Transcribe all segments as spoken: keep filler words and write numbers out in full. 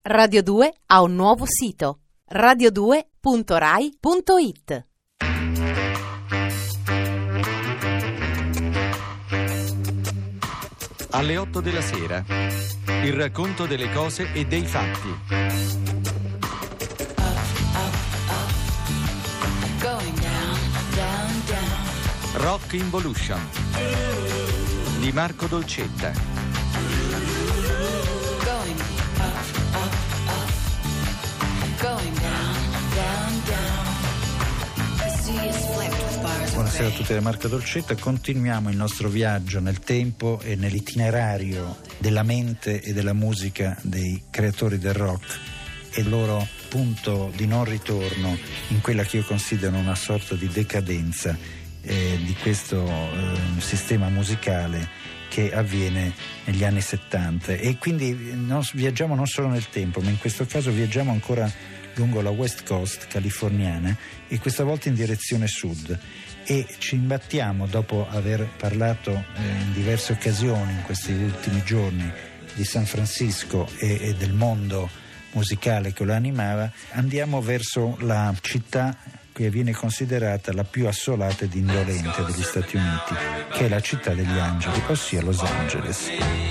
Radio due ha un nuovo sito: radio due punto rai punto it. Alle otto della sera, il racconto delle cose e dei fatti. Rock Involution di Marco Dolcetta. Buonasera a tutti da Marco Dolcetta. Continuiamo il nostro viaggio nel tempo e nell'itinerario della mente e della musica dei creatori del rock e il loro punto di non ritorno in quella che io considero una sorta di decadenza eh, di questo eh, sistema musicale che avviene negli anni settanta. E quindi non, viaggiamo non solo nel tempo, ma in questo caso viaggiamo ancora lungo la West Coast californiana e questa volta in direzione sud, e ci imbattiamo, dopo aver parlato eh, in diverse occasioni in questi ultimi giorni di San Francisco e, e del mondo musicale che lo animava, andiamo verso la città che viene considerata la più assolata ed indolente degli Stati Uniti, che è la città degli angeli, ossia Los Angeles.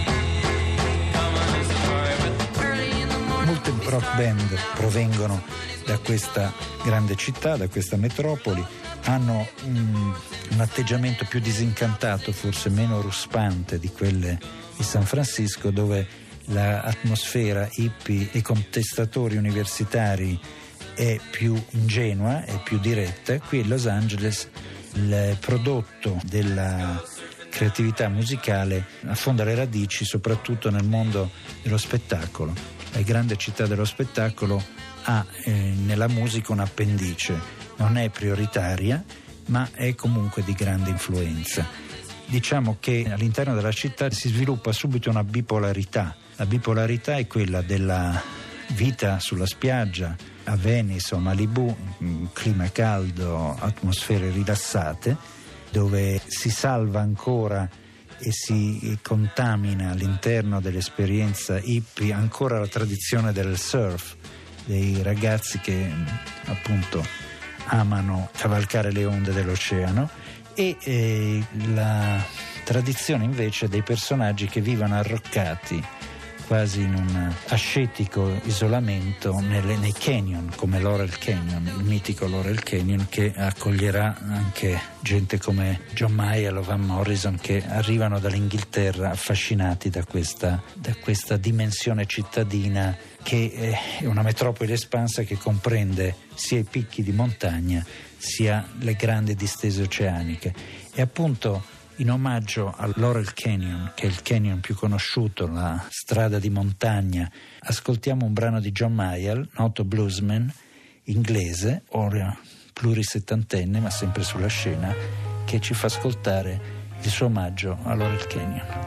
Molte rock band provengono da questa grande città, da questa metropoli, hanno un, un atteggiamento più disincantato, forse meno ruspante di quelle di San Francisco, dove l'atmosfera hippie e contestatori universitari è più ingenua, è più diretta. Qui a Los Angeles il prodotto della creatività musicale affonda le radici soprattutto nel mondo dello spettacolo. La grande città dello spettacolo ha eh, nella musica un'appendice, non è prioritaria, ma è comunque di grande influenza. Diciamo che all'interno della città si sviluppa subito una bipolarità. La bipolarità è quella della vita sulla spiaggia, a Venice o Malibu, clima caldo, atmosfere rilassate, dove si salva ancora e si contamina all'interno dell'esperienza hippie ancora la tradizione del surf, dei ragazzi che appunto amano cavalcare le onde dell'oceano, e eh, la tradizione invece dei personaggi che vivono arroccati quasi in un ascetico isolamento nelle, nei canyon, come Laurel Canyon, il mitico Laurel Canyon, che accoglierà anche gente come John Mayall o Van Morrison, che arrivano dall'Inghilterra affascinati da questa, da questa dimensione cittadina che è una metropoli espansa che comprende sia i picchi di montagna sia le grandi distese oceaniche. E appunto in omaggio al Laurel Canyon, che è il canyon più conosciuto, la strada di montagna, ascoltiamo un brano di John Mayall, noto bluesman inglese, ora plurisettantenne ma sempre sulla scena, che ci fa ascoltare il suo omaggio a Laurel Canyon.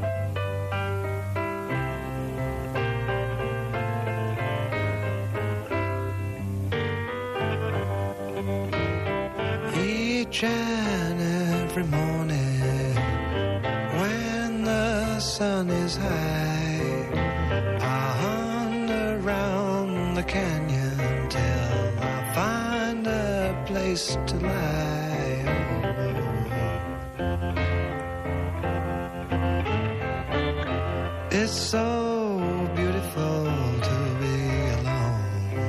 Each and every morning when the sun is high, I hunt around the canyon till I find a place to lie. It's so beautiful to be alone.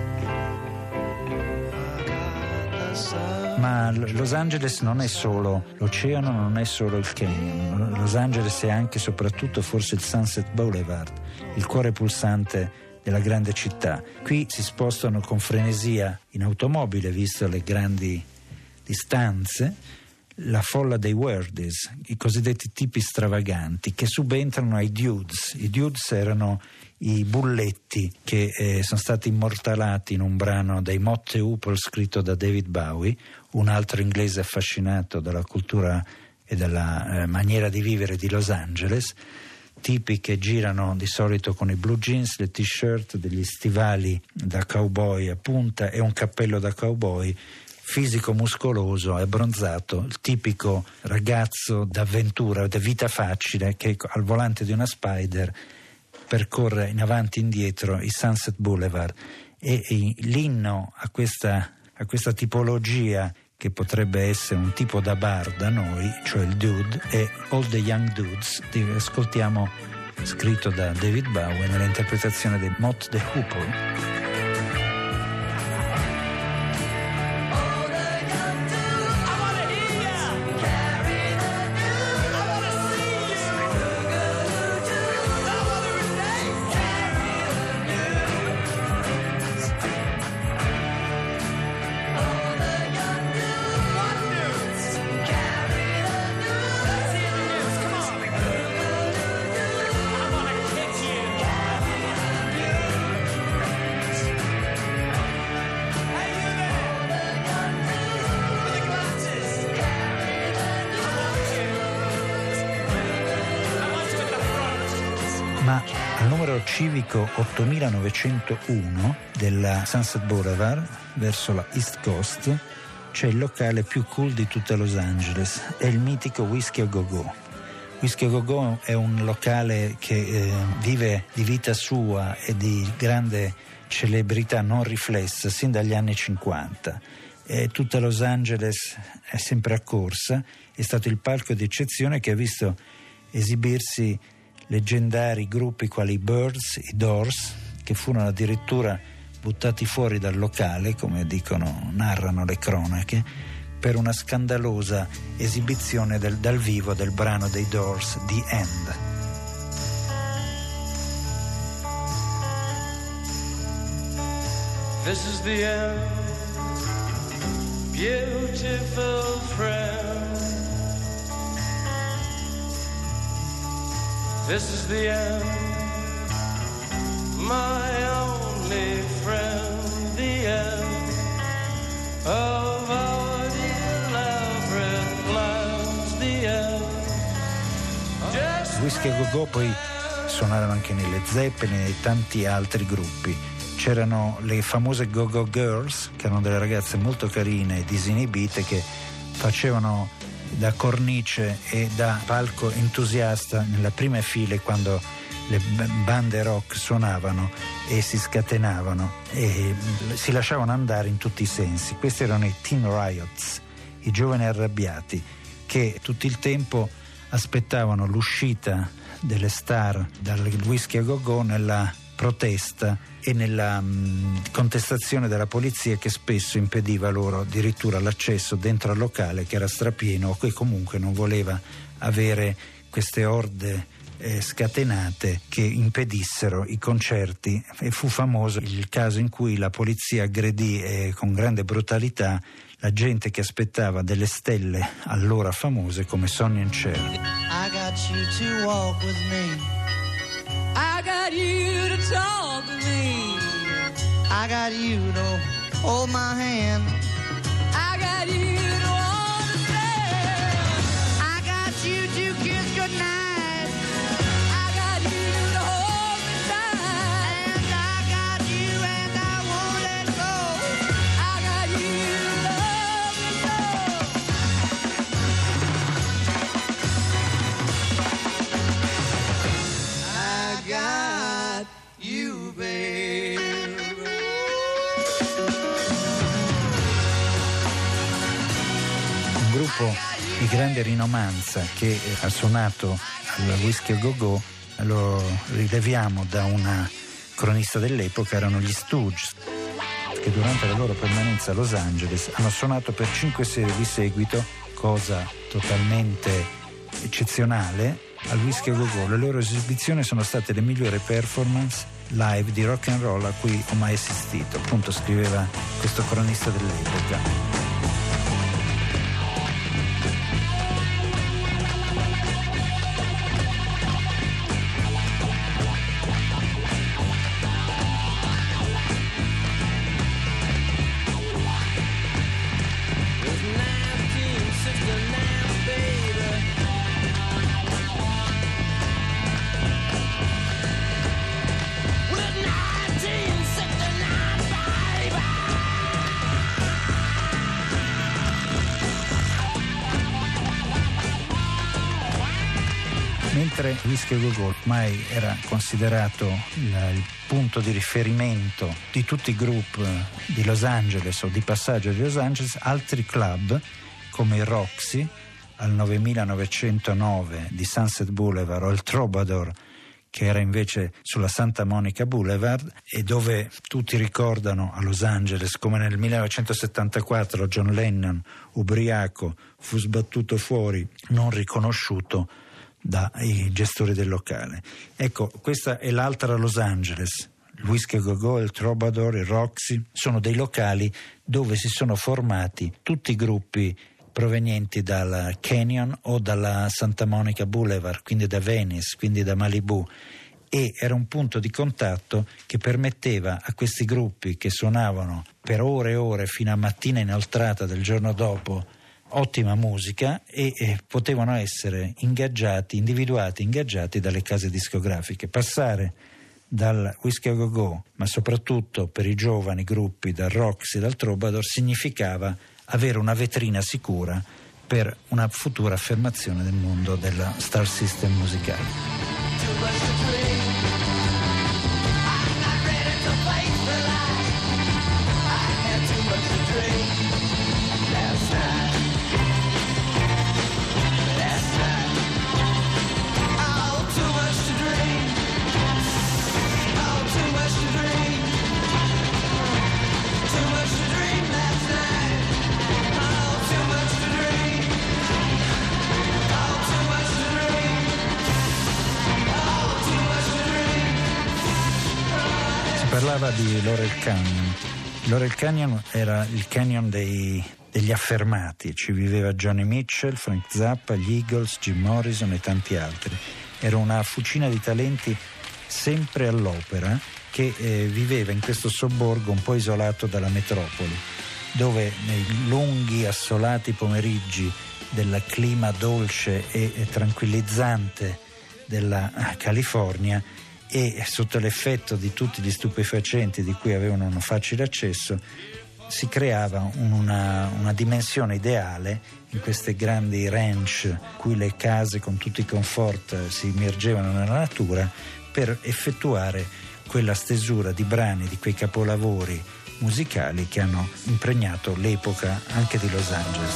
I got the sun. Ma Los Angeles non è solo l'oceano, non è solo il canyon. Los Angeles è anche e soprattutto forse il Sunset Boulevard, il cuore pulsante della grande città. Qui si spostano con frenesia in automobile, visto le grandi distanze, la folla dei worldies, i cosiddetti tipi stravaganti, che subentrano ai dudes. I dudes erano i bulletti che eh, sono stati immortalati in un brano dei Mott e Hoople scritto da David Bowie, un altro inglese affascinato dalla cultura e dalla eh, maniera di vivere di Los Angeles. Tipi che girano di solito con i blue jeans, le t-shirt, degli stivali da cowboy a punta e un cappello da cowboy, fisico muscoloso e abbronzato, il tipico ragazzo d'avventura, di vita facile, che al volante di una Spider percorre in avanti e indietro i Sunset Boulevard, e, e l'inno a questa, a questa tipologia che potrebbe essere un tipo da bar da noi, cioè il dude, è All the Young Dudes. Ascoltiamo, scritto da David Bowie nell'interpretazione dei Mott the Hoople. Ma al numero civico ottomilanovecentouno della Sunset Boulevard, verso la East Coast, c'è il locale più cool di tutta Los Angeles, è il mitico Whiskey a Go Go. Whiskey a Go Go è un locale che eh, vive di vita sua e di grande celebrità non riflessa sin dagli anni cinquanta. E tutta Los Angeles è sempre accorsa, è stato il palco d'eccezione che ha visto esibirsi leggendari gruppi quali i Byrds, i Doors, che furono addirittura buttati fuori dal locale, come dicono, narrano le cronache, per una scandalosa esibizione del, dal vivo del brano dei Doors, The End. This is the end, beautiful friend. This is the end, my only friend, the end of our elaborate plans, the end. Just Whiskey a Go Go poi suonarono anche nelle Zeppelin e tanti altri gruppi. C'erano le famose Go Go Girls, che erano delle ragazze molto carine e disinibite, che facevano da cornice e da palco entusiasta nella prima fila quando le bande rock suonavano e si scatenavano e si lasciavano andare in tutti i sensi. Questi erano i Teen Riots, i giovani arrabbiati, che tutto il tempo aspettavano l'uscita delle star dal Whiskey a Go Go nella protesta e nella mh, contestazione della polizia, che spesso impediva loro addirittura l'accesso dentro al locale, che era strapieno, o che comunque non voleva avere queste orde eh, scatenate che impedissero i concerti. E fu famoso il caso in cui la polizia aggredì eh, con grande brutalità la gente che aspettava delle stelle allora famose come Sonny and Cher. I got you to walk with me. I got you to talk to me. I got you to hold my hand. I got you to understand. I got you to kiss goodnight. I got you to hold me tight. And I got you and I won't let go. I got you to love me so. I got you, babe. Un gruppo di grande rinomanza che ha suonato al Whiskey a Go Go, lo rileviamo da una cronista dell'epoca, erano gli Stooges, che durante la loro permanenza a Los Angeles hanno suonato per cinque sere di seguito, cosa totalmente eccezionale, al Whiskey a Go Go. Le loro esibizioni sono state le migliori performance live di rock and roll a cui ho mai assistito, appunto scriveva questo cronista dell'epoca. Inoltre Whisky a Go Go ormai era considerato il, il punto di riferimento di tutti i gruppi di Los Angeles o di passaggio di Los Angeles. Altri club come il Roxy al novemilanovecentonove di Sunset Boulevard o il Troubadour, che era invece sulla Santa Monica Boulevard, e dove tutti ricordano a Los Angeles come nel millenovecentosettantaquattro John Lennon, ubriaco, fu sbattuto fuori, non riconosciuto dai gestori del locale. Ecco, questa è l'altra Los Angeles. Il Whisky a Go Go, il Troubadour, il Roxy sono dei locali dove si sono formati tutti i gruppi provenienti dal Canyon o dalla Santa Monica Boulevard, quindi da Venice, quindi da Malibu, e era un punto di contatto che permetteva a questi gruppi che suonavano per ore e ore fino a mattina inoltrata del giorno dopo ottima musica e, e potevano essere ingaggiati, individuati, ingaggiati dalle case discografiche. Passare dal Whisky a Go Go, ma soprattutto per i giovani gruppi dal Roxy e dal Troubadour, significava avere una vetrina sicura per una futura affermazione nel mondo della star system musicale. Parlava di Laurel Canyon. Laurel Canyon era il canyon dei, degli affermati, ci viveva Johnny Mitchell, Frank Zappa, gli Eagles, Jim Morrison e tanti altri. Era una fucina di talenti sempre all'opera che eh, viveva in questo sobborgo un po' isolato dalla metropoli, dove nei lunghi assolati pomeriggi del clima dolce e, e tranquillizzante della California e sotto l'effetto di tutti gli stupefacenti di cui avevano un facile accesso si creava una, una dimensione ideale in queste grandi ranch in cui le case con tutti i comfort si immergevano nella natura per effettuare quella stesura di brani, di quei capolavori musicali che hanno impregnato l'epoca anche di Los Angeles.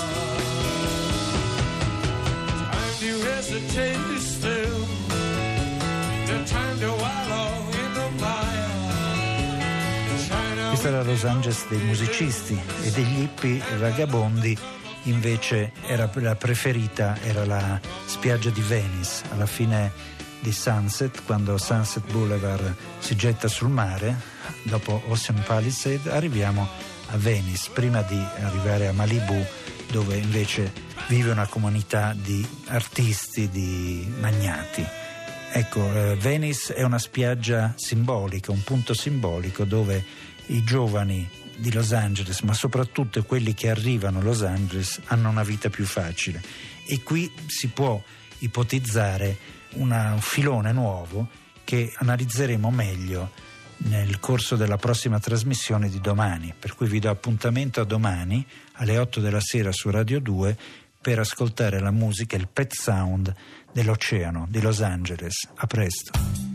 Questa era Los Angeles dei musicisti, e degli hippie e vagabondi invece era la preferita, era la spiaggia di Venice alla fine di Sunset, quando Sunset Boulevard si getta sul mare. Dopo Ocean Palisade arriviamo a Venice prima di arrivare a Malibu, dove invece vive una comunità di artisti, di magnati. Ecco, eh, Venice è una spiaggia simbolica, un punto simbolico dove i giovani di Los Angeles, ma soprattutto quelli che arrivano a Los Angeles, hanno una vita più facile. E qui si può ipotizzare una, un filone nuovo che analizzeremo meglio nel corso della prossima trasmissione di domani, per cui vi do appuntamento a domani alle otto della sera su Radio due per ascoltare la musica, il pet sound dell'oceano di Los Angeles. A presto.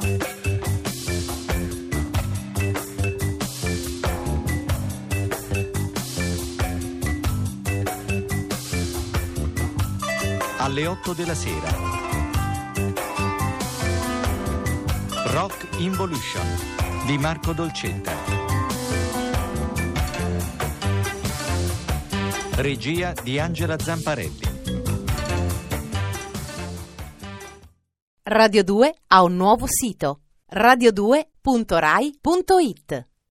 Alle otto della sera. Rock Involution di Marco Dolcetta. Regia di Angela Zamparelli. Radio due ha un nuovo sito: radio due punto rai punto it.